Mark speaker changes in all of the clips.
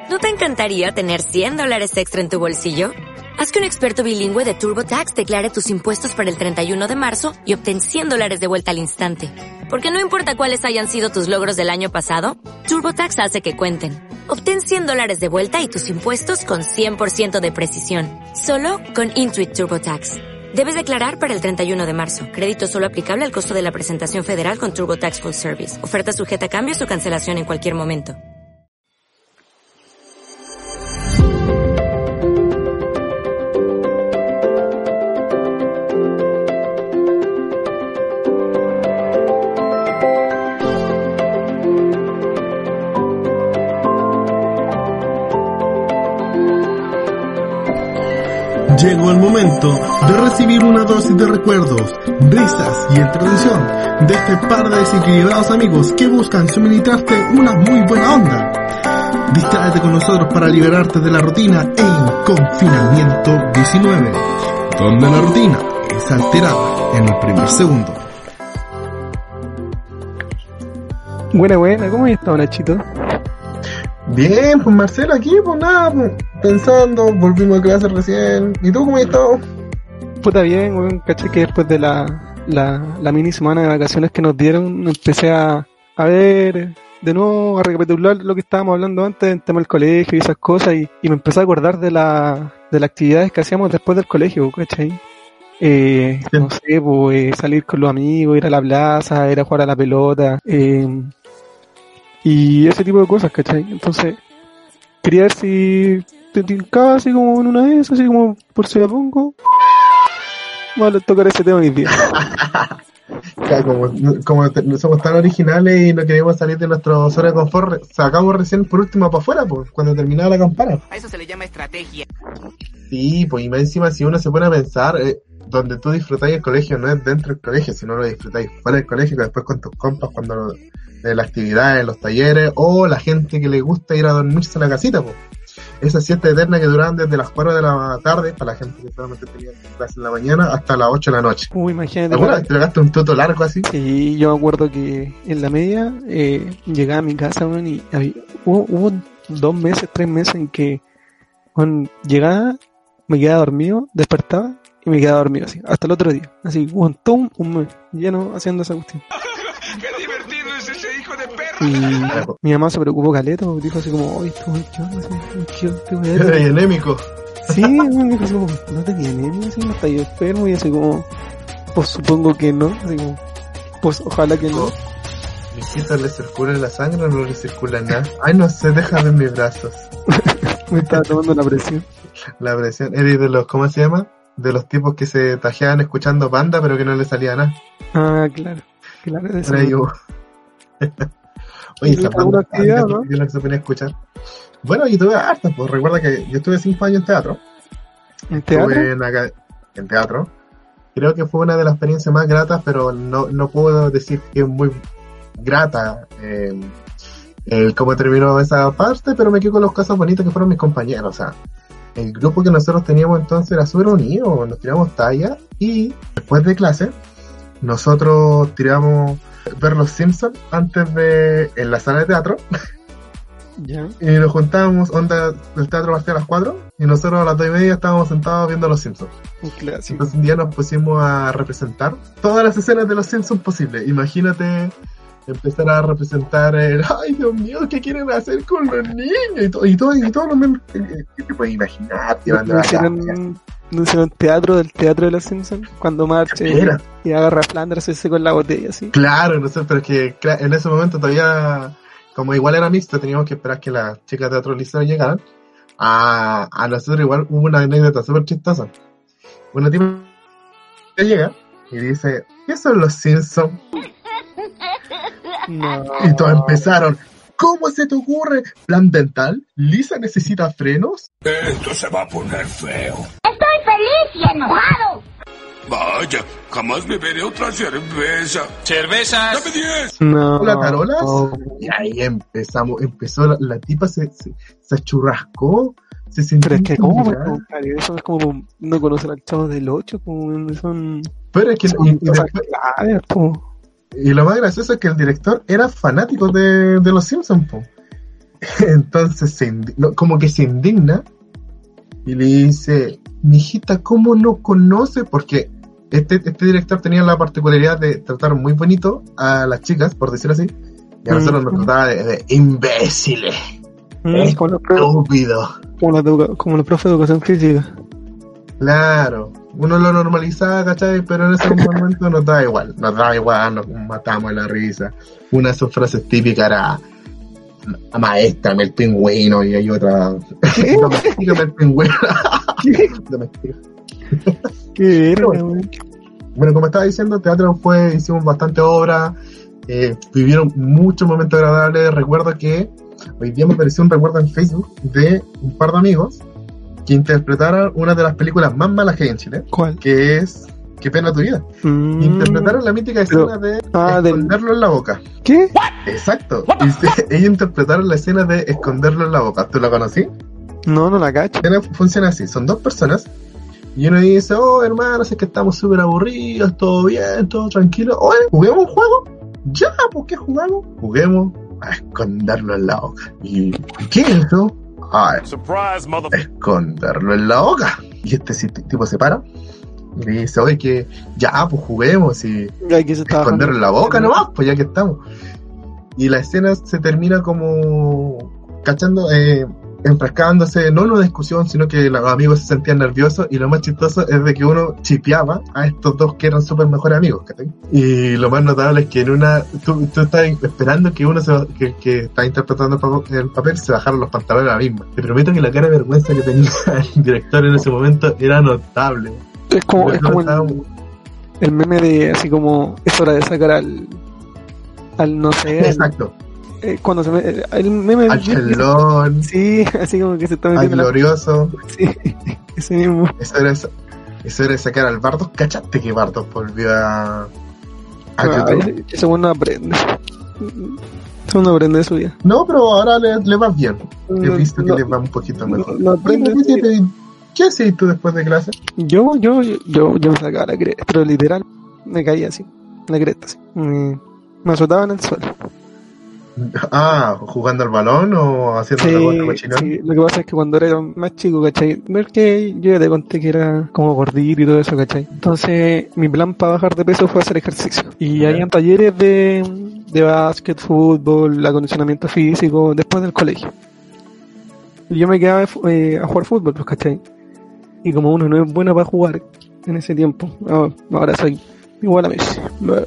Speaker 1: ¿No te encantaría tener $100 extra en tu bolsillo? Haz que un experto bilingüe de TurboTax declare tus impuestos para el 31 de marzo y obtén $100 de vuelta al instante. Porque no importa cuáles hayan sido tus logros del año pasado, TurboTax hace que cuenten. Obtén $100 de vuelta y tus impuestos con 100% de precisión. Solo con Intuit TurboTax. Debes declarar para el 31 de marzo. Crédito solo aplicable al costo de la presentación federal con TurboTax Full Service. Oferta sujeta a cambios o cancelación en cualquier momento.
Speaker 2: Llegó el momento de recibir una dosis de recuerdos, risas y entretención de este par de desequilibrados amigos que buscan suministrarte una muy buena onda. Distráete con nosotros para liberarte de la rutina en Confinamiento 19, donde la rutina es alterada en el primer segundo.
Speaker 3: Buena, ¿cómo estás, Nachito?
Speaker 4: Bien, pues Marcelo aquí, pues nada, pues, pensando, volvimos a clase recién. ¿Y tú cómo has estado?
Speaker 3: Puta bien, weón, caché que después de la mini semana de vacaciones que nos dieron, empecé a ver de nuevo, a recapitular lo que estábamos hablando antes, el tema del colegio y esas cosas, y me empecé a acordar de las actividades que hacíamos después del colegio, ¿cachai? No sé, pues salir con los amigos, ir a la plaza, ir a jugar a la pelota, y ese tipo de cosas, ¿cachai? Entonces, quería ver si te tincaba así como en una de esas, así como por si la pongo. Vale, tocar ese tema hoy día.
Speaker 4: Como somos tan originales y no queremos salir de nuestra zona de confort, sacamos recién por último para afuera, pues, cuando terminaba la campana.
Speaker 5: A eso se le llama estrategia.
Speaker 4: Sí, pues, y más encima si uno se pone a pensar, donde tú disfrutáis el colegio no es dentro del colegio, sino lo disfrutáis fuera del colegio, que después con tus compas cuando de las actividades, los talleres, o la gente que le gusta ir a dormirse a la casita, pues. Esa siesta eterna que duraban desde las 4 de la tarde, para la gente que solamente tenía clase en la mañana, hasta las 8 de la noche.
Speaker 3: Uy, imagínate.
Speaker 4: ¿Alguna vez te pegaste un tuto largo así?
Speaker 3: Sí, yo me acuerdo que en la media llegaba a mi casa, bueno, y hubo 2 meses, 3 meses en que llegaba, me quedaba dormido, despertaba y me quedaba dormido así, hasta el otro día. Así, un mes lleno haciendo esa cuestión.
Speaker 5: ¡Qué divertido es ese hijo de perro!
Speaker 3: Y mi mamá se preocupó caleto, dijo así como, oye, ¿qué onda? ¿Qué onda?
Speaker 4: Era anémico.
Speaker 3: Sí, me dijo así como, no tenía anemia, así, no está yo enfermo, y así como, pues supongo que no, así como, pues ojalá que no.
Speaker 4: ¿Mis hijos le circula la sangre o no le circula nada? Ay, no sé, déjame en mis brazos.
Speaker 3: Me estaba tomando la presión.
Speaker 4: La presión, eres de los, ¿cómo se llama? De los tipos que se tajeaban escuchando Panda pero que no le salía nada.
Speaker 3: Ah, claro, de eso.
Speaker 4: Oye, esa
Speaker 3: ¿alguna actividad, no?
Speaker 4: Yo lo que se ponía a escuchar. Bueno, yo tuve hartas, pues recuerda que yo estuve 5 años en teatro.
Speaker 3: ¿En teatro?
Speaker 4: En teatro. Creo que fue una de las experiencias más gratas, pero no puedo decir que es muy grata cómo terminó esa parte, pero me quedo con los casos bonitos que fueron mis compañeros. O sea, el grupo que nosotros teníamos entonces era súper unido, nos tiramos talla y después de clase nosotros tiramos ver los Simpsons en la sala de teatro.
Speaker 3: ¿Ya?
Speaker 4: Y nos juntábamos, el teatro partía a las 4 y nosotros a las 2:30 estábamos sentados viendo los Simpsons.
Speaker 3: Un clásico.
Speaker 4: Entonces un día nos pusimos a representar todas las escenas de los Simpsons posibles. Imagínate empezar a representar ay Dios mío, ¿qué quieren hacer con los niños? Y todo lo menos que te puedes imaginar.
Speaker 3: ¿No hicieron del teatro de los Simpsons? Cuando marcha y agarra a Flanders ese con la botella, así.
Speaker 4: Claro, no sé, pero es que en ese momento todavía, como igual era mixto, teníamos que esperar que las chicas de teatro liceo llegaran. A nosotros igual hubo una anécdota súper chistosa. Una tipa que llega y dice, ¿qué son los Simpsons?
Speaker 3: No.
Speaker 4: Y todos empezaron, ¿cómo se te ocurre? ¿Plan dental? ¿Lisa necesita frenos?
Speaker 6: Esto se va a poner feo.
Speaker 7: Estoy feliz y enojado.
Speaker 6: Vaya, jamás beberé otra cerveza.
Speaker 5: ¡Cervezas!
Speaker 6: ¡Dame 10!
Speaker 3: No.
Speaker 4: ¿La tarolas? Y ahí empezó la tipa se churrascó, se sintió.
Speaker 3: Pero es que, ¿cómo?
Speaker 4: intimidada.
Speaker 3: Eso es como no conocer al Chavo del 8, como son.
Speaker 4: Pero es que
Speaker 3: son cosas claves, po.
Speaker 4: y lo más gracioso es que el director era fanático de los Simpsons, po. Entonces como que se indigna y le dice, mijita, ¿cómo no conoce? Porque este director tenía la particularidad de tratar muy bonito a las chicas, por decirlo así, y a nosotros nos trataba de imbéciles, estúpidos.
Speaker 3: Como los profes de educación física.
Speaker 4: Claro, uno lo normalizaba, ¿cachai? Pero en ese momento nos daba igual, nos matamos de la risa. Una de sus frases típicas era, maéstrame el pingüino, y hay otra, domestícame el pingüino.
Speaker 3: Qué verga, güey.
Speaker 4: Bueno, como estaba diciendo, teatro hicimos bastante obra, vivieron muchos momentos agradables. Recuerdo que hoy día me apareció un recuerdo en Facebook de un par de amigos que interpretaron una de las películas más malas que hay en Chile.
Speaker 3: ¿Cuál?
Speaker 4: Que es Qué pena tu vida. Interpretaron la mítica escena de esconderlo en la boca.
Speaker 3: ¿Qué?
Speaker 4: Exacto. Ellos interpretaron la escena de esconderlo en la boca. ¿Tú la conocí?
Speaker 3: No la cacho.
Speaker 4: La escena funciona así. Son dos personas y uno dice, oh hermano, es que estamos súper aburridos, todo bien, todo tranquilo. Oye, ¿juguemos un juego? Ya, ¿por qué jugamos? Juguemos a esconderlo en la boca. ¿Y qué es eso? Esconderlo en la boca. Y este tipo se para y le dice, oye, que ya, pues juguemos y esconderlo en la boca nomás, pues ya que estamos. Y la escena se termina como cachando, enfrascándose, no en una discusión, sino que los amigos se sentían nerviosos, y lo más chistoso es de que uno chipeaba a estos dos que eran súper mejores amigos, ¿cachai? Y lo más notable es que en una, tú estás esperando que uno que está interpretando el papel se bajara los pantalones a la misma. Te prometo que la cara de vergüenza que tenía el director en ese momento era notable.
Speaker 3: Es como el meme de así como es hora de sacar al no sé.
Speaker 4: Exacto.
Speaker 3: Cuando se me, el meme
Speaker 4: al chelón,
Speaker 3: sí, así como que se está metiendo
Speaker 4: al glorioso,
Speaker 3: sí, ese mismo.
Speaker 4: Eso era sacar al Bardos. ¿Cachaste que Bardos volvió a YouTube?
Speaker 3: Ese bueno aprende. Eso no aprende de su vida.
Speaker 4: No, pero ahora le va bien. He visto que le va un poquito mejor.
Speaker 3: No aprende.
Speaker 4: ¿Qué hacías tú después de clase?
Speaker 3: Yo me sacaba la cresta, pero literal me caía así, la cresta así. Me azotaba en el suelo.
Speaker 4: Ah, ¿jugando al balón o haciendo la cosa cochinón?
Speaker 3: Sí, lo que pasa es que cuando era más chico, ¿cachai? Ver que yo ya te conté que era como gordito y todo eso, ¿cachai? Entonces, mi plan para bajar de peso fue hacer ejercicio. Y habían talleres de básquet, fútbol, acondicionamiento físico, después del colegio. Y yo me quedaba a jugar fútbol, pues, ¿cachai? Y como uno no es bueno para jugar en ese tiempo, ahora soy igual a Messi.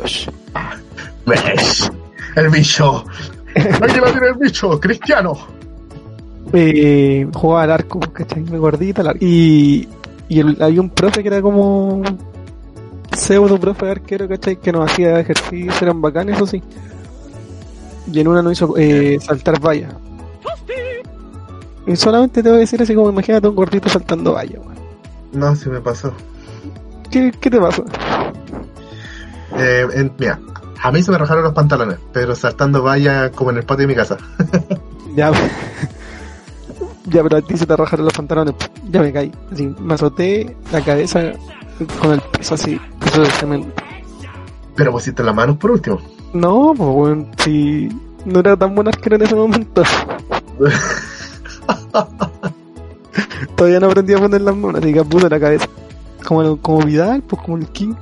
Speaker 4: Messi. El bicho. Aquí va a tener el bicho, Cristiano.
Speaker 3: Jugaba al arco, ¿cachai? Me gordita al arco. Y había un profe que era como pseudo profe de arquero, ¿cachai? Que nos hacía ejercicios, eran bacanes, eso sí. Y en una nos hizo saltar valla. Y solamente te voy a decir así como, imagínate un gordito saltando valla, man.
Speaker 4: No, se me pasó.
Speaker 3: ¿Qué te pasó?
Speaker 4: Mira, a mí se me rajaron los pantalones, pero saltando valla como en el patio de mi casa.
Speaker 3: Ya, pero a ti se te rajaron los pantalones. Ya me caí. Así, me azoté la cabeza con el peso así, peso de cemento.
Speaker 4: Pero pusiste las manos por último.
Speaker 3: No, pues bueno, si no era tan buen arquero en ese momento. Todavía no aprendí a poner las manos, así que puse la cabeza. Como Vidal, pues como el King.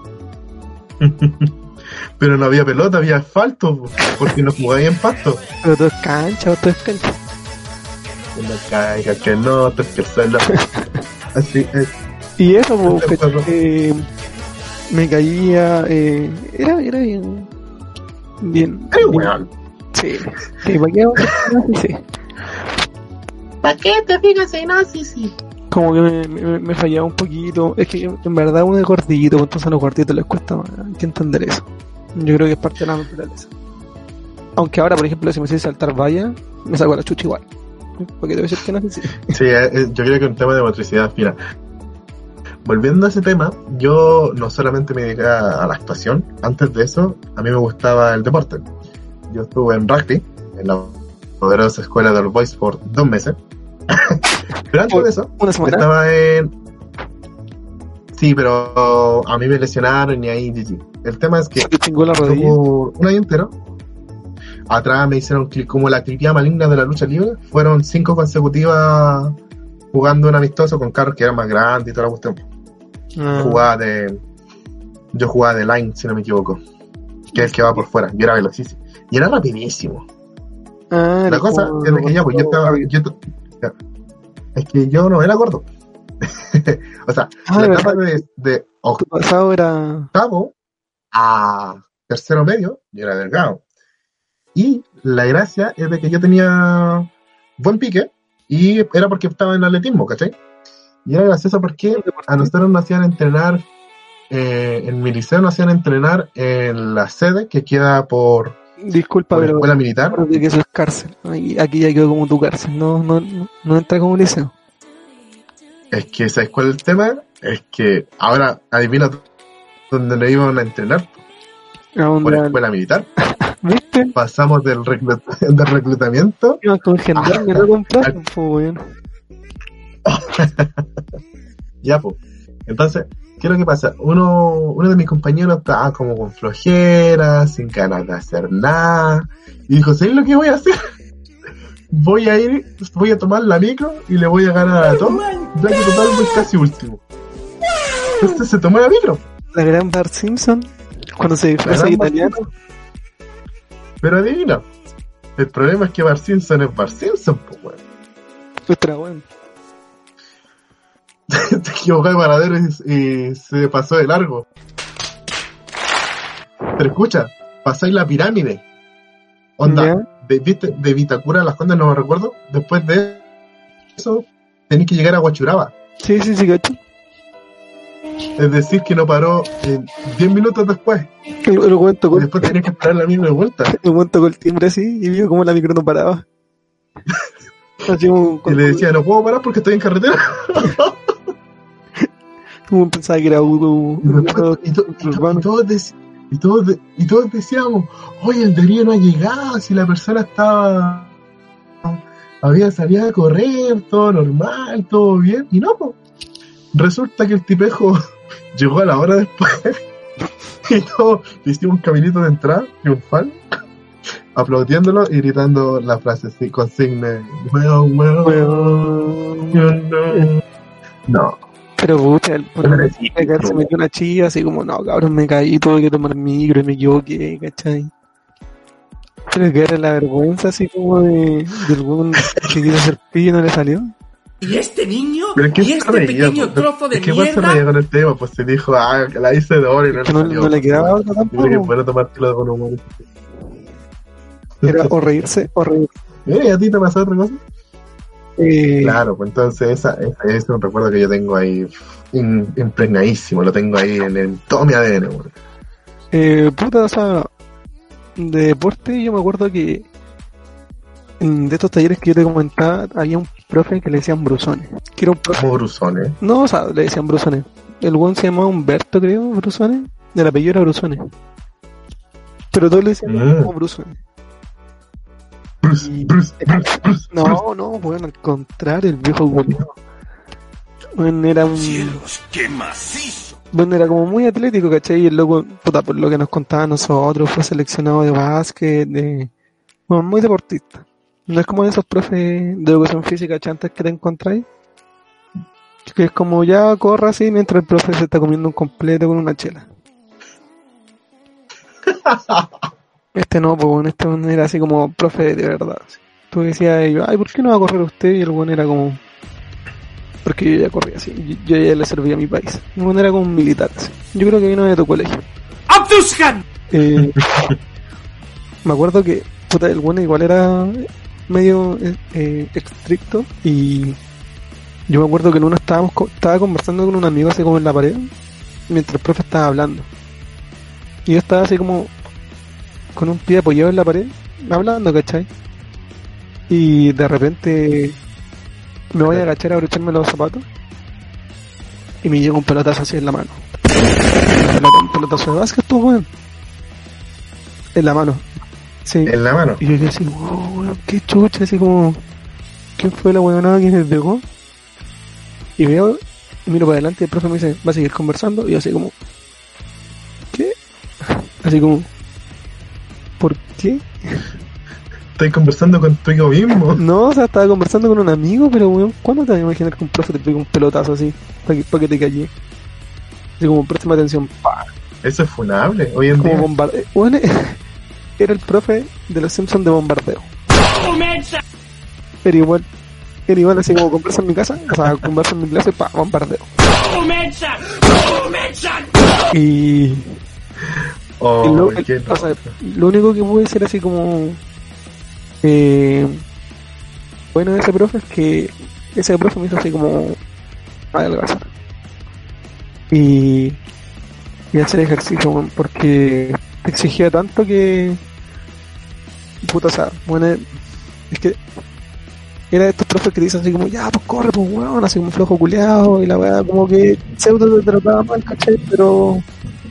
Speaker 4: Pero no había pelota, había asfalto, porque no jugáis en pasto.
Speaker 3: Pero todo es cancha, todo es cancha.
Speaker 4: Que no caiga, que no, te que suelo. Así es.
Speaker 3: Y eso, pues, me caía, era bien.
Speaker 4: Era weón.
Speaker 3: Sí, ¿para qué? Sí.
Speaker 7: ¿Para qué te fijas en así? Sí.
Speaker 3: Como que me fallaba un poquito. Es que en verdad uno es gordito, entonces a los gorditos les cuesta más. Hay que entender eso. Yo creo que es parte de la naturaleza. Aunque ahora, por ejemplo, si me sé saltar valla, me saco la chucha igual. Porque debe ser que no sé.
Speaker 4: Sí, yo creo que es un tema de motricidad fina. Volviendo a ese tema, yo no solamente me dediqué a la actuación. Antes de eso, a mí me gustaba el deporte. Yo estuve en rugby, en la poderosa escuela de los Boys por 2 meses. Pero antes de eso,
Speaker 3: ¿una semana?
Speaker 4: Estaba en... Sí, pero a mí me lesionaron y ahí GG. El tema es que
Speaker 3: ¿se te chingó la rodilla?
Speaker 4: un año entero. atrás me hicieron clic, como la clipía maligna de la lucha libre. Fueron 5 consecutivas jugando un amistoso con carros que eran más grandes y toda la cuestión. Yo jugaba de line, si no me equivoco, que es el que va por fuera, y era velocísimo y era rapidísimo. La cosa es que ya, pues es que yo no era gordo. O sea, la etapa de
Speaker 3: pasado era
Speaker 4: octavo a tercero medio, yo era delgado. Y la gracia es de que yo tenía buen pique, y era porque estaba en atletismo, ¿cachai? Y era gracioso porque a nosotros nos hacían entrenar, en mi liceo nos hacían entrenar en la sede que queda por la escuela militar.
Speaker 3: De que eso es cárcel. Aquí ya quedó como tu cárcel, no entra como liceo.
Speaker 4: Es que, ¿sabes cuál es el tema? Es que ahora adivina dónde nos iban a entrenar. Por la escuela militar.
Speaker 3: ¿Viste?
Speaker 4: Pasamos del reclutamiento.
Speaker 3: Con gendarme, no compraron, pues,
Speaker 4: Ya, pues. Entonces, ¿qué es lo que pasa? Uno de mis compañeros estaba como con flojera, sin ganas de hacer nada. Y dijo, ¿sabes lo que voy a hacer? Voy a tomar la micro y le voy a ganar a todos, ya que total voy casi último. Entonces se tomó la micro.
Speaker 3: La gran Bart Simpson, cuando se disfraza de italiano.
Speaker 4: Pero adivina, el problema es que Bart Simpson es Bart Simpson, pues, weón.
Speaker 3: Ultra bueno.
Speaker 4: Se equivocó de paradero y se pasó de largo. Pero escucha, pasáis la pirámide. Onda, de Vitacura a Las Condes, no me recuerdo. Después de eso, tenéis que llegar a Huachuraba.
Speaker 3: Sí, cacho.
Speaker 4: Es decir, que no paró 10 minutos después.
Speaker 3: Y
Speaker 4: después tenías que esperar la misma de vuelta.
Speaker 3: El buen tocó el timbre así y vio como la micro no paraba.
Speaker 4: Y le decía, no puedo parar porque estoy en carretera.
Speaker 3: Como pensaba que era
Speaker 4: y todos decíamos, oye, el delirio no ha llegado, si la persona había salido a correr, todo normal, todo bien, y no, pues. Resulta que el tipejo llegó a la hora después y todos le hicimos un caminito de entrada triunfal, aplaudiéndolo y gritando la frase así, consigne, no.
Speaker 3: Pero pucha, se metió una chilla así como, no, cabrón, me caí, tuve que tomar micro y me equivoqué, ¿cachai? Pero que era la vergüenza así como del buen que quiso hacer pillo y no le salió.
Speaker 5: ¿Y este niño?
Speaker 4: ¿Y este pequeño trozo de mierda? ¿Qué pasa con el tema? Pues se dijo, que la hice de oro y no le salió.
Speaker 3: No le quedaba otra tampoco.
Speaker 4: Dice que puede tomártelo con humor.
Speaker 3: Era o reírse.
Speaker 4: ¿Y a ti te pasó otra cosa? Claro, pues entonces esa es un recuerdo que yo tengo ahí impregnadísimo, lo tengo ahí en todo mi ADN.
Speaker 3: Puta, o sea, de deporte yo me acuerdo que de estos talleres que yo te comentaba había un profe que le decían Brusones. Que era un profe...
Speaker 4: ¿Cómo Brusones?
Speaker 3: No, o sea, le decían Brusones. El buen se llamaba Humberto, creo, Brusones. El apellido era Brusones. Pero todos le decían como Brusones.
Speaker 4: Bruce.
Speaker 3: No, bueno, al contrario, el viejo bonito. Bueno, era un...
Speaker 6: ¡Cielos, qué macizo!
Speaker 3: Bueno, era como muy atlético, ¿cachai? Y el loco, puta, por lo que nos contaba a nosotros, fue seleccionado de básquet, bueno, muy deportista. No es como esos profes de educación física chantes que te encontráis, que es como ya corra así mientras el profe se está comiendo un completo con una chela. Este no, pues bueno, este era así como profe de verdad. Así. Tú decías, ay, ¿por qué no va a correr usted? Y el bueno era como, porque yo ya corría así, yo ya le servía a mi país. El bueno era como un militar, así. Yo creo que vino de tu colegio.
Speaker 5: ¡Abdushan!
Speaker 3: Me acuerdo que, puta, el bueno igual era medio estricto y yo me acuerdo que en uno estaba conversando con un amigo así como en la pared mientras el profe estaba hablando y yo estaba así como con un pie apoyado en la pared hablando, ¿cachai? Y de repente me voy a agachar a abrocharme los zapatos y me llega un pelotazo así en la mano, un pelotazo de básquet, tú, weón, en la mano. Sí.
Speaker 4: En la mano.
Speaker 3: Y yo decía así, wow, weón, qué chucha, así como, ¿quién fue la weonada que se dejó? Y veo, y miro para adelante y el profe me dice, ¿va a seguir conversando? Y yo así como, ¿qué? Así como, ¿por qué?
Speaker 4: Estoy conversando contigo mismo.
Speaker 3: No, o sea, estaba conversando con un amigo, pero weón, ¿cuándo te vas a imaginar que un profe te pegue un pelotazo así? Para que te calles. Así como, préstame atención. ¡Pah!
Speaker 4: Eso es funable hoy en
Speaker 3: Como
Speaker 4: día.
Speaker 3: bombardeo. Bueno, era el profe de los Simpsons de bombardeo. Era igual así como conversa en mi casa, o sea, conversa en mi clase, bombardeo. Y
Speaker 4: Oh,
Speaker 3: lo,
Speaker 4: qué
Speaker 3: o sea, lo único que pude ser así como bueno de ese profe es que ese profe me hizo así como adelgazar y hacer ejercicio, weón, porque te exigía tanto que puta, o sea, bueno, es que era de estos profes que dicen así como, ya, pues corre, pues weón, así como flojo culeado, y la weá como que pseudo te trataba mal, ¿cachai? Pero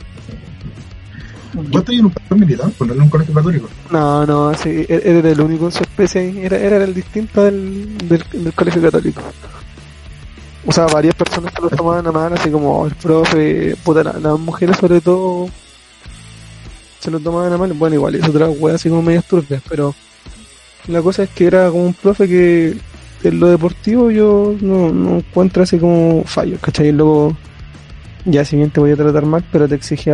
Speaker 4: vos estás en un colegio militar, pues no en un colegio católico.
Speaker 3: no, sí, era el único en su especie ahí, era el distinto del colegio católico. O sea, varias personas que lo tomaban a mal, así como el profe, puta, las mujeres sobre todo se lo tomaban a mal, bueno, igual es otra wea así como medias turbias, pero la cosa es que era como un profe que en lo deportivo yo no encuentro así como fallos, ¿cachai? Y luego, ya si bien te voy a tratar mal, pero te exigía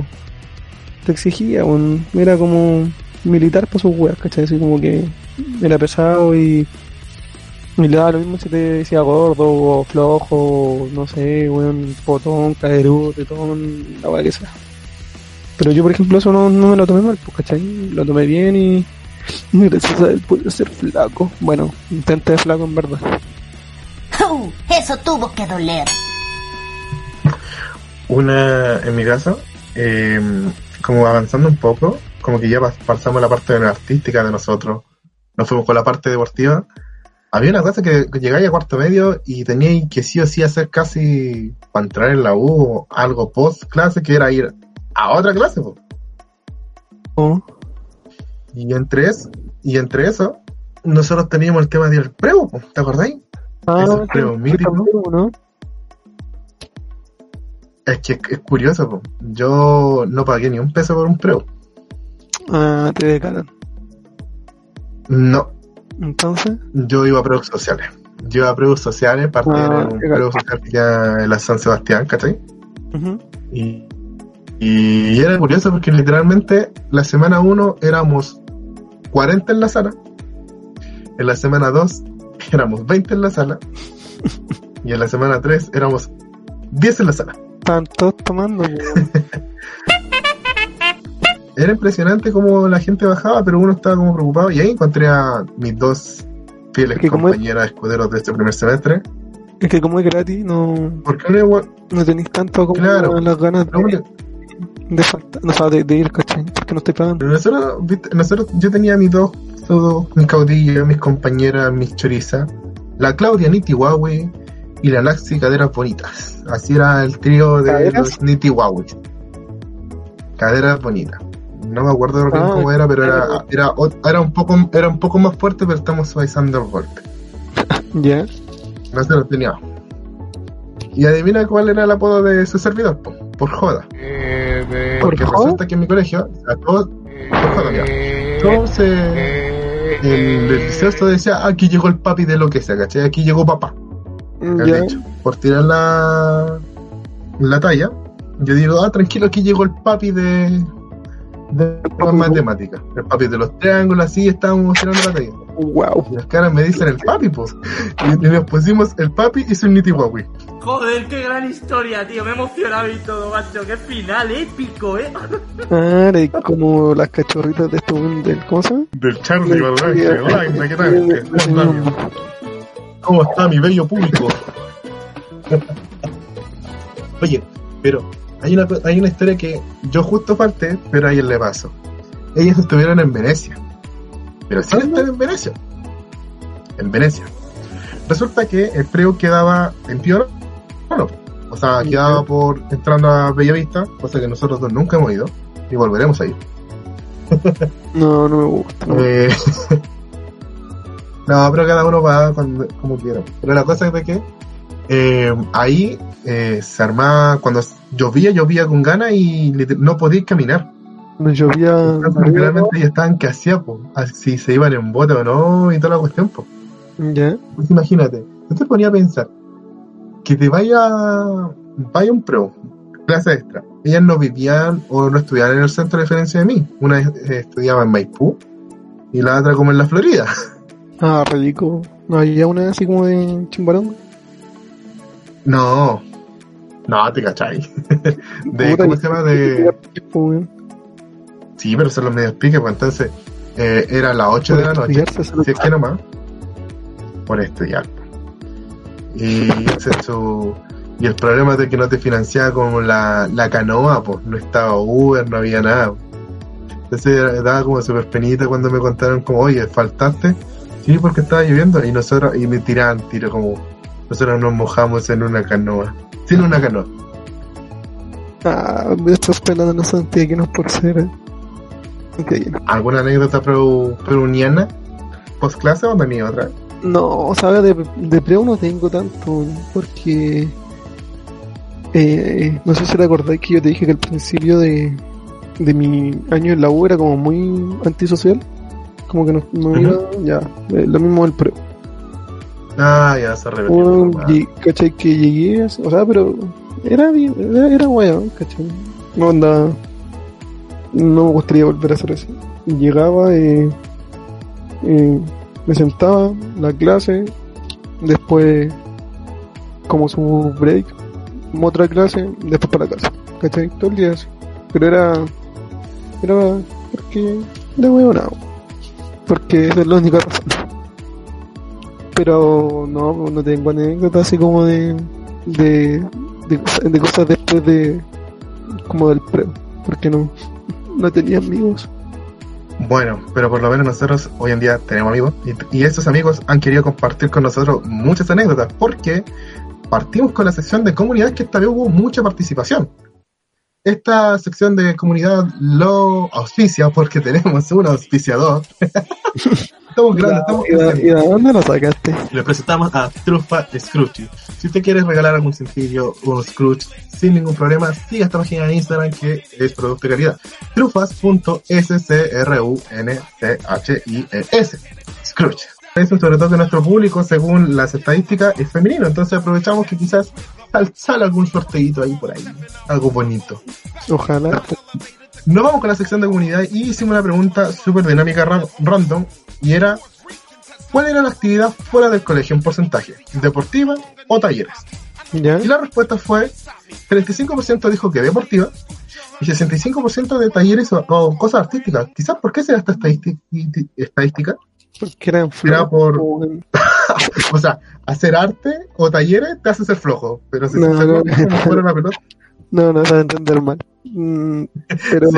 Speaker 3: era como militar por sus weas, ¿cachai? Así como que era pesado y le daba lo mismo si te decía gordo o flojo, o no sé, weón, potón, caderudo, tetón, la wea que sea. Pero yo, por ejemplo, eso no me lo tomé mal, pues, ¿cachai? Lo tomé bien y gracias a él pude ser flaco. Bueno, intenté flaco en verdad.
Speaker 8: Eso tuvo que doler.
Speaker 4: En mi caso, como avanzando un poco, como que ya pasamos la parte de la artística de nosotros, nos fuimos con la parte deportiva. Había una cosa que llegáis a cuarto medio y teníais que sí o sí hacer casi para entrar en la U algo post clase, que era ir a otra clase, po.
Speaker 3: Oh.
Speaker 4: Y entre eso nosotros teníamos el tema del preu, po, ¿te acordáis? Ese preu mítico,
Speaker 3: ¿no?
Speaker 4: Es que es curioso, po. Yo no pagué ni un peso por un preu.
Speaker 3: Ah, te decalan.
Speaker 4: No.
Speaker 3: Entonces,
Speaker 4: Yo iba a preus sociales. Partí en un preu social que ya en la San Sebastián, ¿cachai?
Speaker 3: uh-huh.
Speaker 4: Y era curioso porque literalmente la semana 1 éramos 40 en la sala, en la semana 2 éramos 20 en la sala y en la semana 3 éramos 10 en la sala.
Speaker 3: Estaban todos tomando.
Speaker 4: Era impresionante cómo la gente bajaba, pero uno estaba como preocupado, y ahí encontré a mis dos fieles compañeras escuderos de este primer semestre.
Speaker 3: Es que como es gratis, no tenéis tanto como las ganas de ir, ¿cachai? Porque no estoy pagando.
Speaker 4: Pero yo tenía todos mis caudillas, mis compañeras, mis chorizas, la Claudia Nitihuahue y la Naxi Caderas Bonitas. Así era el trío de los Nitihuahue. Caderas Bonitas. No me acuerdo bien cómo era, pero era un poco más fuerte, pero estamos suavizando el golpe.
Speaker 3: Ya.
Speaker 4: Nosotros teníamos. Y adivina cuál era el apodo de su servidor, por joda. Porque resulta que en mi colegio, por joda, mira, todos el liceo se decía, aquí llegó el papi de lo que sea, ¿cachai? Aquí llegó papá. De hecho, por tirar la talla, yo digo, tranquilo, aquí llegó el papi de matemáticas, el papi de los triángulos, así estábamos tirando la talla.
Speaker 3: Wow.
Speaker 4: Y las caras me dicen el papi, pues. Y nos pusimos el papi y su Nitihuahue.
Speaker 5: Joder, qué gran historia, tío. Me he emocionado y todo, macho. Qué final épico,
Speaker 3: Era como las cachorritas de ¿cómo se llama?
Speaker 4: Del Charlie, ¿verdad? ¿Qué tal? ¿Cómo está mi bello público? Oye, pero hay una historia que yo justo falté, pero a ellos le pasó. Ellos estuvieron en Venecia. Pero sí están en Venecia. En Venecia. Resulta que el preu quedaba en Pioro. Bueno, o sea, quedaba por entrando a Bellavista, cosa que nosotros dos nunca hemos ido y volveremos a ir.
Speaker 3: No me gusta.
Speaker 4: No, pero cada uno va como quiera. Pero la cosa es de que ahí se armaba, cuando llovía con ganas y no podía caminar.
Speaker 3: nos llovía.
Speaker 4: Realmente ya estaban que hacía, pues, si se iban en bote o no y toda la cuestión, pues.
Speaker 3: Ya.
Speaker 4: Pues imagínate, yo te ponía a pensar que te vaya un pro, clase extra. Ellas no vivían o no estudiaban en el centro, a diferencia de mí. Una estudiaba en Maipú y la otra como en la Florida.
Speaker 3: Ah, rico. ¿No había una así como de Chimbarongo?
Speaker 4: No, te cachai.
Speaker 3: Puta,
Speaker 4: ¿Cómo se llama? Sí, pero son los medios piques, pues entonces era a las 8 de la noche, si es que nomás, por estudiar. Y el problema es de que no te financiaba como la canoa, pues no estaba Uber, no había nada. Entonces daba como súper penita cuando me contaron como, oye, ¿faltaste? Sí, porque estaba lloviendo, y me tiraban tiro como, nosotros nos mojamos en una canoa, sin una canoa.
Speaker 3: Ah, estas penas no son tigres por ser. Okay.
Speaker 4: ¿Alguna anécdota preuniana post clase o tenía otra?
Speaker 3: No, sabes, de preo no tengo tanto, porque no sé si te acordáis que yo te dije que al principio de mi año en la U era como muy antisocial, como que no iba, ya, lo mismo del preo.
Speaker 4: Ah, ya se repitió.
Speaker 3: ¿Cachai? Que llegué, o sea, pero era bien, era weón, ¿cachai? No andaba, no me gustaría volver a hacer eso. Llegaba, me sentaba en la clase, después como su break, otra clase, después para la casa, ¿cachai? Todo el día así. Pero era porque era huevonao, porque esa es la única razón. Pero no tengo anécdotas así como de cosas después de como del preo, porque no tenía amigos.
Speaker 4: Bueno, pero por lo menos nosotros hoy en día tenemos amigos y estos amigos han querido compartir con nosotros muchas anécdotas, porque partimos con la sección de comunidad, que esta vez hubo mucha participación. Esta sección de comunidad lo auspicia porque tenemos un auspiciador. Estamos grandes, estamos creciendo.
Speaker 3: ¿Y de dónde lo sacaste?
Speaker 4: Le presentamos a Trufa Scrooge. Si usted quiere regalar algún sencillo o Scrooge sin ningún problema, siga esta página de Instagram que es producto de calidad. Trufas.scrunchies. Scrooge. Eso sobre todo que nuestro público, según las estadísticas, es femenino. Entonces aprovechamos que quizás sale algún sorteito ahí por ahí. Algo bonito.
Speaker 3: Ojalá.
Speaker 4: Nos vamos con la sección de comunidad y hicimos una pregunta súper dinámica random, y era: ¿cuál era la actividad fuera del colegio en porcentaje? ¿Deportiva o talleres?
Speaker 3: ¿Ya?
Speaker 4: Y la respuesta fue: 35% dijo que deportiva y 65% de talleres o cosas artísticas. Quizás, ¿por qué será esta estadística?
Speaker 3: Porque eran
Speaker 4: flojos. Por... o sea, hacer arte o talleres te hace ser flojo, pero si como fuera una pelota.
Speaker 3: No se va a entender mal. Pero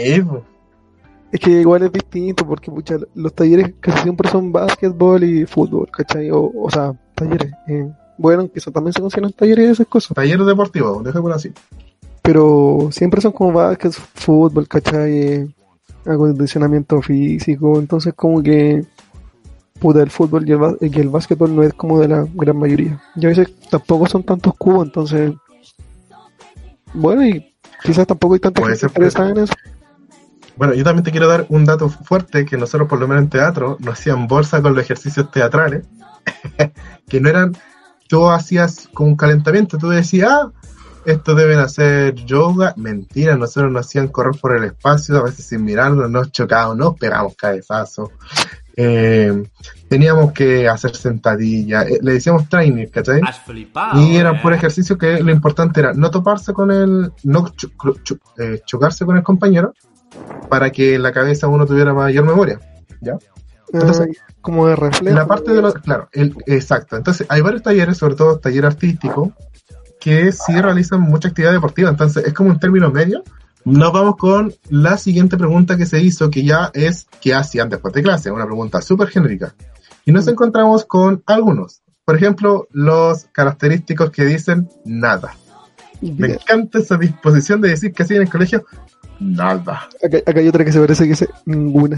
Speaker 3: es que igual es distinto, porque pucha, los talleres casi siempre son básquetbol y fútbol, ¿cachai? O sea, talleres. Bueno, que eso también se consideran talleres y esas cosas.
Speaker 4: Talleres deportivos, déjame así.
Speaker 3: Pero siempre son como básquet, fútbol, ¿cachai? Acondicionamiento físico, entonces como que puta, el fútbol y el básquetbol no es como de la gran mayoría. Y a veces tampoco son tantos cubos, entonces bueno, y quizás tampoco hay tanta gente interesada en eso.
Speaker 4: Bueno, yo también te quiero dar un dato fuerte, que nosotros por lo menos en teatro nos hacían bolsa con los ejercicios teatrales, que no eran, tú hacías con un calentamiento, tú decías, estos deben hacer yoga. Mentira, nosotros nos hacían correr por el espacio, a veces sin mirarnos, nos chocábamos, nos pegamos cabezazos. Teníamos que hacer sentadillas, le decíamos training, ¿cachai? Y eran por ejercicio que lo importante era no toparse con chocarse con el compañero, para que en la cabeza uno tuviera mayor memoria, ¿ya? Entonces,
Speaker 3: como de reflejo.
Speaker 4: La parte de los, claro, exacto. Entonces hay varios talleres, sobre todo taller artístico, que sí realizan mucha actividad deportiva, entonces es como un término medio. Nos vamos con la siguiente pregunta que se hizo, que ya es ¿qué hacían después de clase? Una pregunta súper genérica. Y nos encontramos con algunos. Por ejemplo, los característicos que dicen nada. Me encanta esa disposición de decir que hacían en el colegio nada.
Speaker 3: Acá hay otra que se parece que dice ninguna.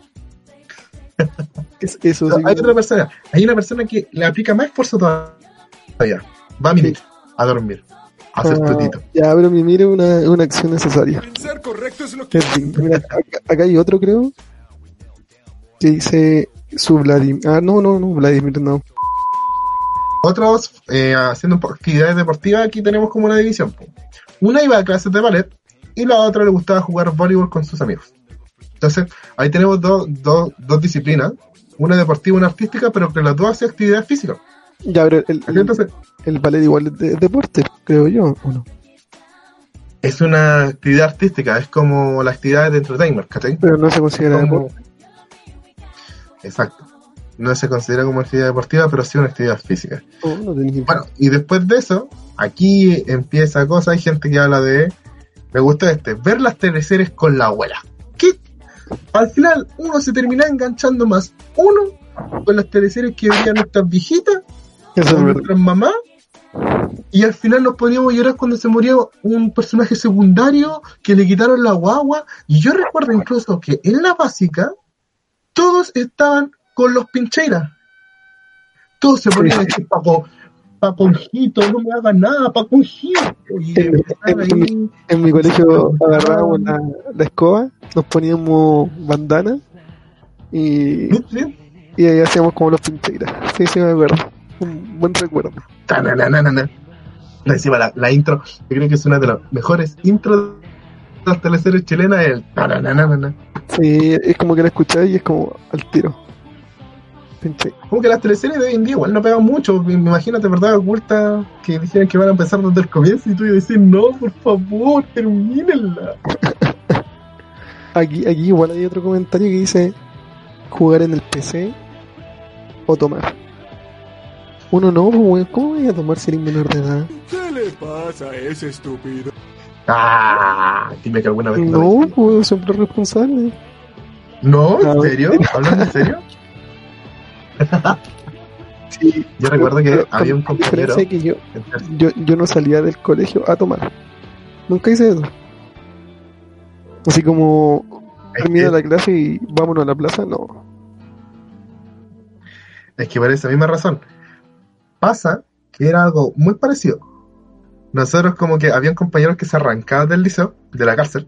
Speaker 3: ¿Qué es eso?
Speaker 4: No, hay una persona que le aplica más esfuerzo todavía. Va a mimir, a dormir. hacer tutito.
Speaker 3: Ya, pero mire, una acción necesaria.
Speaker 6: Ser correcto es lo que...
Speaker 3: Mira, acá hay otro, creo, que dice su Vladimir. No, Vladimir no.
Speaker 4: Otros, haciendo actividades deportivas, aquí tenemos como una división. Una iba a clases de ballet y la otra le gustaba jugar voleibol con sus amigos. Entonces, ahí tenemos dos disciplinas, una deportiva y una artística, pero que las dos hacen actividad física.
Speaker 3: Ya, pero el ballet igual es deporte, creo yo, ¿o no?
Speaker 4: Es una actividad artística, es como la actividad de entertainment, ¿cachai?
Speaker 3: Pero no se considera deporte.
Speaker 4: Exacto. No se considera como actividad deportiva, pero sí una actividad física.
Speaker 3: No tenés...
Speaker 4: Bueno, y después de eso, aquí empieza cosa, hay gente que habla de, me gusta ver las teleseries con la abuela. ¿Qué? Al final uno se termina enganchando más con las teleseries que veían nuestras viejitas, con nuestras mamás, y al final nos poníamos a llorar cuando se moría un personaje secundario que le quitaron la guagua. Y yo recuerdo incluso que en la básica todos estaban con los pincheiras. Todos se ponían a decir, Paconjito, no me hagas nada, Paconjito.
Speaker 3: En mi colegio agarrábamos la escoba, nos poníamos bandana y ahí hacíamos como los pincheiras. Sí, me acuerdo. Un buen recuerdo.
Speaker 4: Encima la intro, yo creo que es una de las mejores intros de las teleseries chilenas, el
Speaker 3: Sí, es como que la escucháis y es como al tiro. Pinche.
Speaker 4: Como que las teleseries de hoy en día igual no pegan mucho. Imagínate, ¿verdad? Oculta que dijeran que van a empezar desde el comienzo y tú ibas a decir, no, por favor, termínenla.
Speaker 3: Aquí igual hay otro comentario que dice jugar en el PC o tomar. Uno no, pues, ¿cómo voy a tomar si eres menor de edad?
Speaker 6: ¿Qué le pasa a ese estúpido?
Speaker 4: Dime que alguna vez
Speaker 3: no, pues siempre responsable.
Speaker 4: ¿No? ¿En serio? ¿Hablas en serio?
Speaker 3: Sí,
Speaker 4: yo recuerdo que había un compañero
Speaker 3: que yo no salía del colegio a tomar. Nunca hice eso. Así como termina la clase y vámonos a la plaza, no.
Speaker 4: Es que por esa misma razón pasa que era algo muy parecido. Nosotros como que habían compañeros que se arrancaban del liceo, de la cárcel,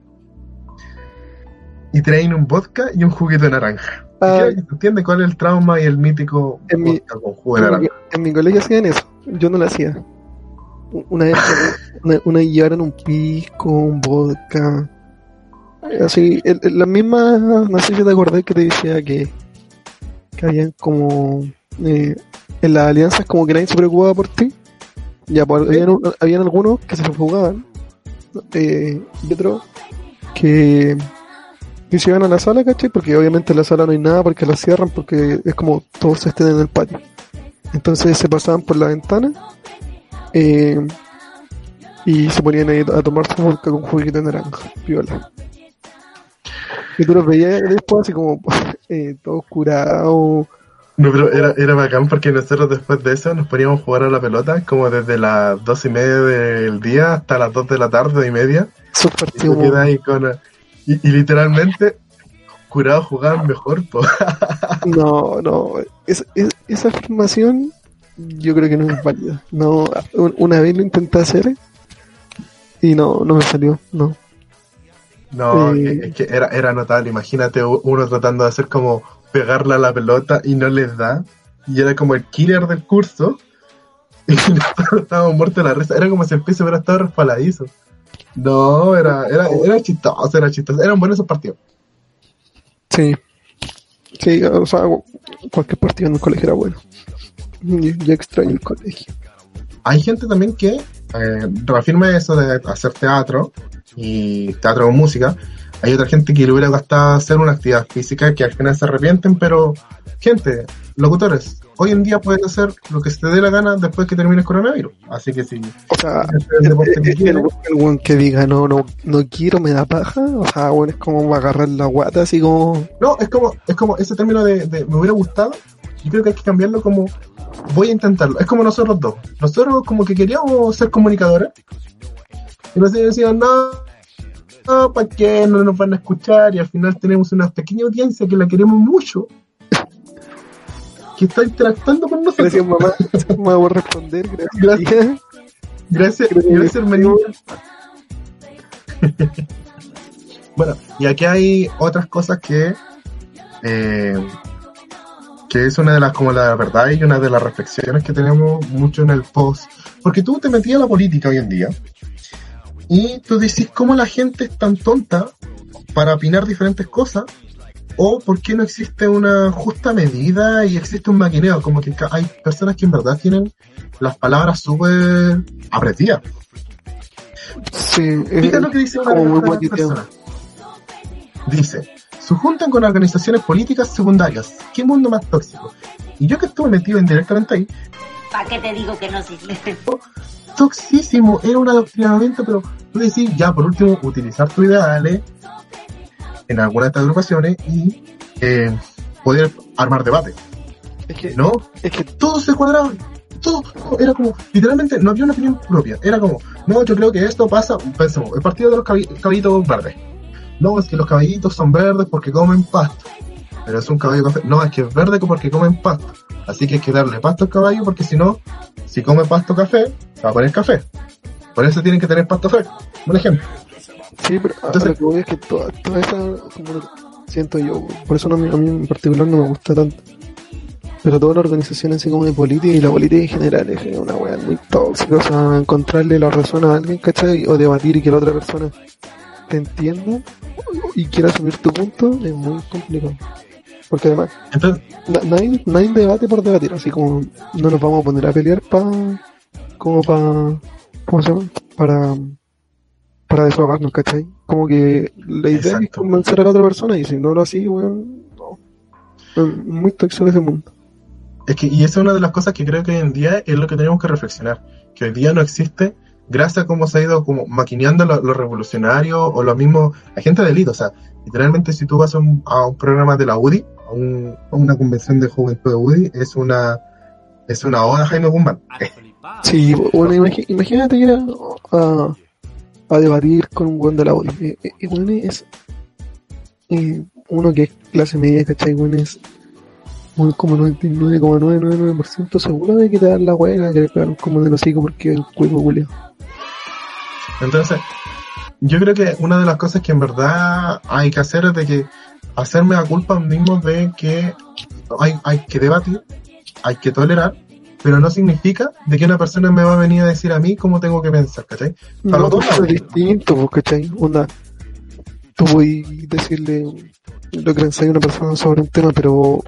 Speaker 4: y traían un vodka y un juguito de naranja. ¿Entiendes cuál es el trauma y el mítico vodka con jugo de naranja?
Speaker 3: En mi colegio hacían eso, yo no lo hacía. Una vez llevaron un pisco, un vodka, así, la misma, no sé si te acordás que te decía que habían como en las alianzas como que nadie se preocupaba por ti. Ya, pues, habían algunos que se jugaban y otros que se iban a la sala, ¿cachai? Porque obviamente en la sala no hay nada porque la cierran, porque es como todos estén en el patio. Entonces se pasaban por la ventana y se ponían ahí a tomar su vodka con juguito de naranja, piola. Y tú los veías después así como todos curados.
Speaker 4: No, pero era bacán porque nosotros después de eso nos poníamos a jugar a la pelota como desde las 2:30 del día hasta las 2 de la tarde y media. Y literalmente curados jugaban mejor, po.
Speaker 3: No, esa afirmación yo creo que no es válida. No, una vez lo intenté hacer y no me salió, no.
Speaker 4: No, es que era notable. Imagínate uno tratando de hacer como pegarle a la pelota y no les da, y era como el killer del curso y nosotros estábamos muertos de la risa. Era como si el piso hubiera estado resbaladizo. No, era chistoso, eran buenos esos partidos.
Speaker 3: Sí, o sea, cualquier partido en el colegio era bueno. Yo extraño el colegio.
Speaker 4: Hay gente también que reafirma eso de hacer teatro y teatro con música. Hay otra gente que le hubiera gustado hacer una actividad física que al final se arrepienten, pero gente, locutores, hoy en día puedes hacer lo que se te dé la gana después que termines coronavirus. Así que sí.
Speaker 3: O sea, el buen que diga no quiero, me da paja. O sea, bueno, es como agarrar la guata así como...
Speaker 4: No, es como ese término de me hubiera gustado. Yo creo que hay que cambiarlo como voy a intentarlo. Es como nosotros dos. Nosotros como que queríamos ser comunicadores. Y nosotros decían, no, ¿para qué? No nos van a escuchar, y al final tenemos una pequeña audiencia que la queremos mucho, que está interactuando con nosotros.
Speaker 3: Gracias, mamá. Me voy a responder, gracias.
Speaker 4: Gracias, hermanito. Bueno, y aquí hay otras cosas que es una de las, como la verdad y una de las reflexiones que tenemos mucho en el post, porque tú te metías a la política hoy en día y tú decís cómo la gente es tan tonta para opinar diferentes cosas, o por qué no existe una justa medida y existe un maquineo, como que hay personas que en verdad tienen las palabras súper apretidas.
Speaker 3: Sí,
Speaker 4: Fíjate lo que dice una de las personas. Dice: se juntan con organizaciones políticas secundarias. ¿Qué mundo más tóxico? Y yo que estuve metido indirectamente ahí.
Speaker 8: ¿Para qué te digo que no sirve?
Speaker 4: Toxísimo, era un adoctrinamiento, pero tú decís, ya por último, utilizar tus ideales en alguna de estas agrupaciones y poder armar debate. Es que todo se cuadraba. Todo era como, literalmente no había una opinión propia. Era como, no, yo creo que esto pasa, pensemos, el partido de los caballitos verdes. No, es que los caballitos son verdes porque comen pasto. Pero es un caballo café. No, es que es verde porque comen pasto. Así que hay que darle pasto al caballo porque si no, si come pasto café, se va a poner café. Por eso tienen que tener pasto fresco. Un ejemplo.
Speaker 3: Sí, pero entonces, lo que voy es que toda esa, como siento yo, por eso a mí en particular no me gusta tanto. Pero todas las organizaciones así como de política y la política en general es una weá muy tóxica. O sea, encontrarle la razón a alguien, ¿cachai? O debatir y que la otra persona te entienda y quiera asumir tu punto es muy complicado. Porque además, nadie debate por debatir, así como no nos vamos a poner a pelear ¿cómo se llama? Para desahogarnos, ¿cachai? Como que la idea es convencer a la otra persona y si no lo así, weón, no. Es muy tóxico ese mundo.
Speaker 4: Es que, y esa es una de las cosas que creo que hoy en día es lo que tenemos que reflexionar, que hoy día no existe, gracias a cómo se ha ido como maquineando los revolucionarios o los mismos agentes de élite. O sea, literalmente si tú vas a un programa de la UDI, a una convención de juventud de UDI, es una oda a Jaime Guzmán.
Speaker 3: Sí, bueno, imagínate ir a debatir con un buen de la UDI. Bueno, es uno que es clase media, ¿cachai? Bueno, es como 99,999% seguro de que te dan la hueá, que le pegan como del hocico porque el cuerpo culiao.
Speaker 4: Entonces, yo creo que una de las cosas que en verdad hay que hacer es de que hacerme la culpa mismo de que hay que debatir, hay que tolerar, pero no significa de que una persona me va a venir a decir a mí cómo tengo que pensar, ¿cachai? Para
Speaker 3: no, pues es distinto, ¿cachai? Tú voy a decirle lo que pensáis a una persona sobre un tema, pero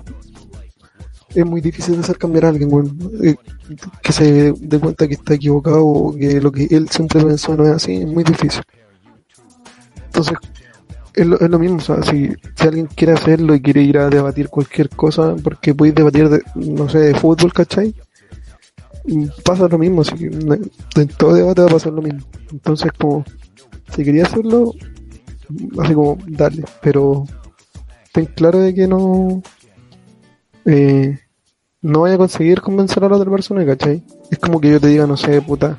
Speaker 3: es muy difícil de hacer cambiar a alguien, bueno, que se dé cuenta que está equivocado o que lo que él siempre pensó no es así, es muy difícil. Entonces, es lo mismo, o sea, si alguien quiere hacerlo y quiere ir a debatir cualquier cosa, porque podéis debatir de fútbol, ¿cachai? Pasa lo mismo, así que en todo debate va a pasar lo mismo. Entonces, como, si quería hacerlo, así como, dale, pero ten claro de que no vaya a conseguir convencer a la otra persona, ¿cachai? Es como que yo te diga, no sé, puta,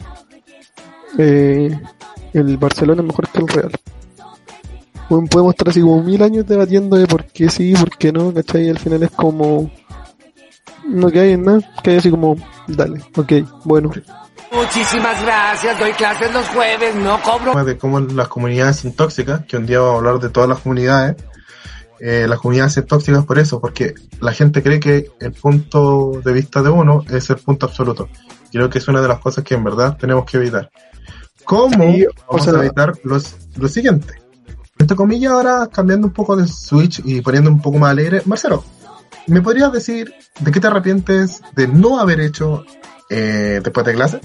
Speaker 3: el Barcelona es mejor que el Real. Bueno, podemos estar así como 1000 años debatiendo de por qué sí, por qué no, ¿cachai? Y al final es como, no que hay en nada, que hay así como, dale, ok, bueno.
Speaker 9: Muchísimas gracias, doy clases los jueves, no cobro.
Speaker 4: De cómo las comunidades son tóxicas, que un día vamos a hablar de todas las comunidades. Las comunidades son tóxicas por eso, porque la gente cree que el punto de vista de uno es el punto absoluto. Creo que es una de las cosas que en verdad tenemos que evitar. ¿Cómo vamos a evitar lo siguiente? Entre comillas, ahora cambiando un poco de switch y poniendo un poco más alegre, Marcelo, ¿me podrías decir de qué te arrepientes de no haber hecho después de clase?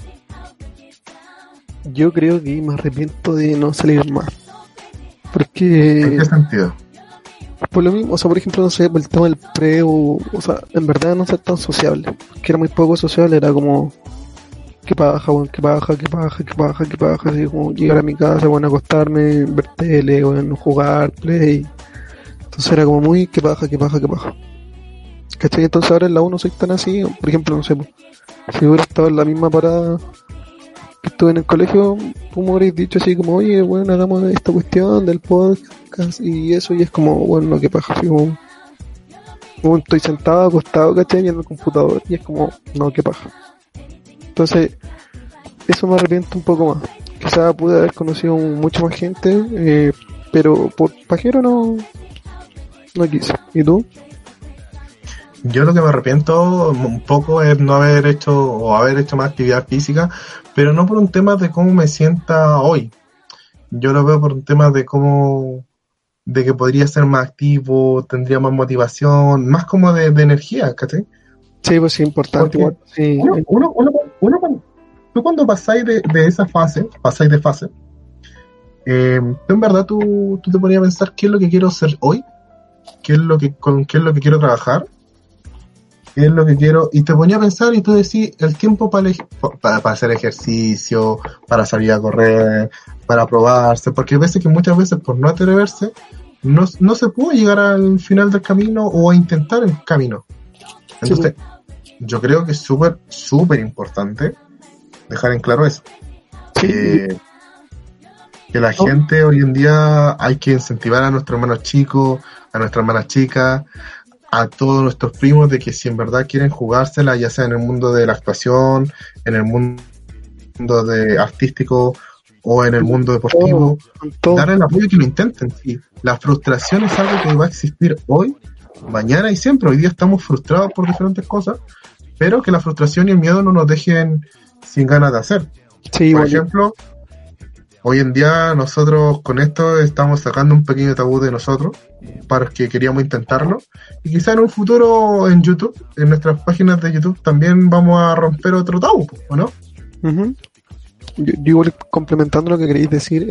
Speaker 3: Yo creo que me arrepiento de no salir más. Porque...
Speaker 4: ¿En qué sentido?
Speaker 3: Por lo mismo, o sea, por ejemplo, no sé, por el tema del pre o sea, en verdad no ser tan sociable. Porque era muy poco sociable, era como... qué paja, bueno, qué paja, así como llegar a mi casa, bueno, acostarme, ver tele, bueno, jugar, play. Entonces era como muy qué paja. ¿Cachai? Entonces ahora en la U no soy tan así, por ejemplo, no sé, si hubiera estado en la misma parada que estuve en el colegio, tú me hubierais dicho así como, oye, bueno, hagamos esta cuestión del podcast y eso, y es como, bueno, qué paja, así como estoy sentado, acostado, ¿cachai? Viendo el computador, y es como, no, qué paja. Entonces, eso me arrepiento un poco más. Quizás pude haber conocido mucha más gente, pero por pajero no quise. ¿Y tú?
Speaker 4: Yo lo que me arrepiento un poco es no haber hecho o haber hecho más actividad física, pero no por un tema de cómo me sienta hoy. Yo lo veo por un tema de de que podría ser más activo, tendría más motivación, más como de energía, ¿cachai?
Speaker 3: Sí, pues sí, importante. Igual, sí.
Speaker 4: Tú cuando pasáis de esa fase, pasáis de fase, tú en verdad tú te ponías a pensar qué es lo que quiero hacer hoy, qué es lo que quiero trabajar, qué es lo que quiero, y te ponía a pensar y tú decís el tiempo para hacer ejercicio, para salir a correr, para probarse, porque hay veces que muchas veces por no atreverse no se puede llegar al final del camino o a intentar el camino. Entonces, yo creo que es súper importante dejar en claro eso.
Speaker 3: Sí.
Speaker 4: Que la gente hoy en día hay que incentivar a nuestros hermanos chicos, a nuestras hermanas chicas, a todos nuestros primos de que si en verdad quieren jugársela, ya sea en el mundo de la actuación, en el mundo de artístico o en el mundo deportivo, darle el apoyo y que lo intenten. Sí. La frustración es algo que va a existir hoy, mañana y siempre. Hoy día estamos frustrados por diferentes cosas, pero que la frustración y el miedo no nos dejen sin ganas de hacer.
Speaker 3: Sí,
Speaker 4: por ejemplo, hoy en día nosotros con esto estamos sacando un pequeño tabú de nosotros para que queríamos intentarlo, y quizá en un futuro en YouTube, en nuestras páginas de YouTube también vamos a romper otro tabú, ¿o no?
Speaker 3: Uh-huh. Yo igual complementando lo que queréis decir,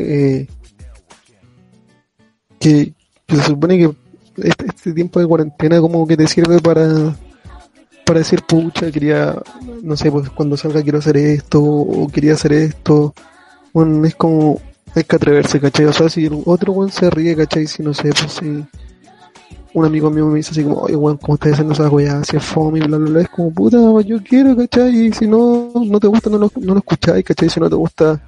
Speaker 3: que se supone que este tiempo de cuarentena como que te sirve para decir, pucha, quería, no sé, pues cuando salga quiero hacer esto, o quería hacer esto. Bueno, es como, hay que atreverse, ¿cachai? O sea, si el otro weón se ríe, ¿cachai? Si no sé, pues si un amigo mío me dice así como, oye weón, ¿cómo estás haciendo esa weá? Así es fome y bla bla bla, es como, puta, yo quiero, ¿cachai? Y si no te gusta, no lo escucháis, ¿cachai? Si no te gusta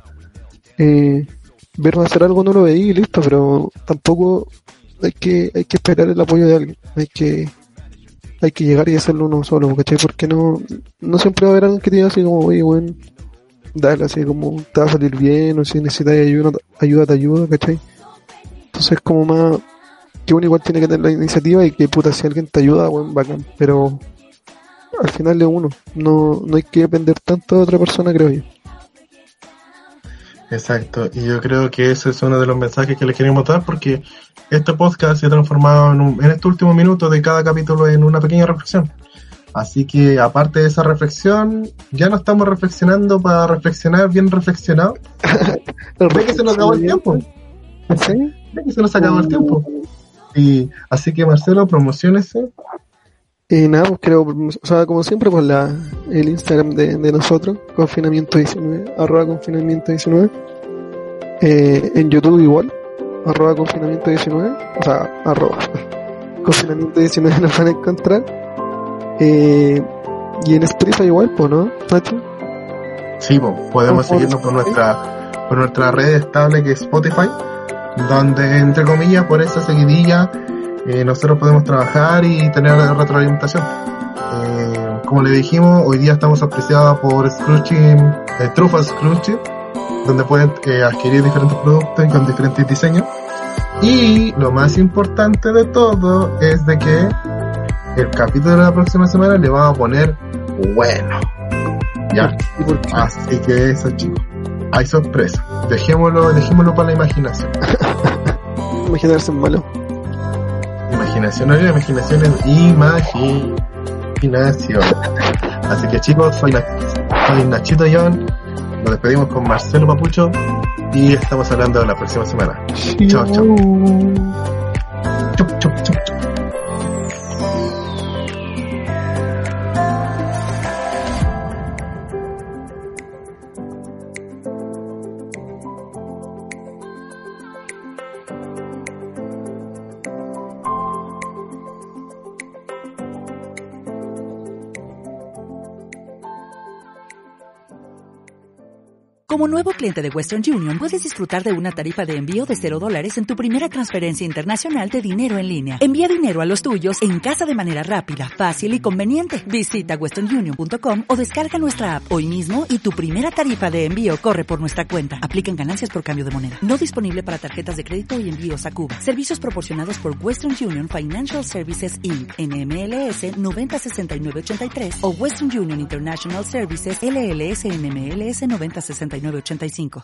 Speaker 3: verme hacer algo, no lo veí y listo, pero tampoco hay que esperar el apoyo de alguien, hay que llegar y hacerlo uno solo, ¿cachai? Porque no siempre va a haber alguien que te diga así como, oye weón, dale, así como te va a salir bien, o si necesitas ayuda te ayuda, ¿cachai? Entonces como más que uno igual tiene que tener la iniciativa y que puta, si alguien te ayuda, bueno, bacán, pero al final de uno, no hay que depender tanto de otra persona, creo yo.
Speaker 4: Exacto, y yo creo que ese es uno de los mensajes que les queremos dar, porque este podcast se ha transformado en este último minuto de cada capítulo en una pequeña reflexión. Así que aparte de esa reflexión, ya no estamos reflexionando para reflexionar bien reflexionado. Ve que se nos acabó el tiempo.
Speaker 3: ¿Sí?
Speaker 4: Ve que se nos acabó el tiempo. Y así que Marcelo, promociónese.
Speaker 3: Y nada, pues creo, o sea, como siempre, pues el Instagram de nosotros, confinamiento19, @confinamiento19. En YouTube igual, @confinamiento19, o sea, @confinamiento19 nos van a encontrar. Y en Spotify igual, pues, ¿no, Nacho?
Speaker 4: Sí, pues, podemos seguirnos por nuestra red estable que es Spotify, donde, entre comillas, por esa seguidilla, nosotros podemos trabajar y tener retroalimentación. Como le dijimos, hoy día estamos auspiciados por Trufas Scrunchie, donde pueden adquirir diferentes productos con diferentes diseños. Y lo más importante de todo es de que el capítulo de la próxima semana le vamos a poner bueno. Ya. Así que eso, chicos. Hay sorpresa. Dejémoslo para la imaginación.
Speaker 3: Imaginarse es malo.
Speaker 4: Imaginación, no es imaginación, es imaginación. Así que, chicos, soy Nachito John. Nos despedimos con Marcelo Papucho y estamos hablando de la próxima semana. Chao, chao. Chup, chup, chup, chup.
Speaker 10: Como nuevo cliente de Western Union, puedes disfrutar de una tarifa de envío de $0 en tu primera transferencia internacional de dinero en línea. Envía dinero a los tuyos en casa de manera rápida, fácil y conveniente. Visita westernunion.com o descarga nuestra app hoy mismo y tu primera tarifa de envío corre por nuestra cuenta. Aplican ganancias por cambio de moneda. No disponible para tarjetas de crédito y envíos a Cuba. Servicios proporcionados por Western Union Financial Services Inc. NMLS 906983 o Western Union International Services LLS NMLS 906985.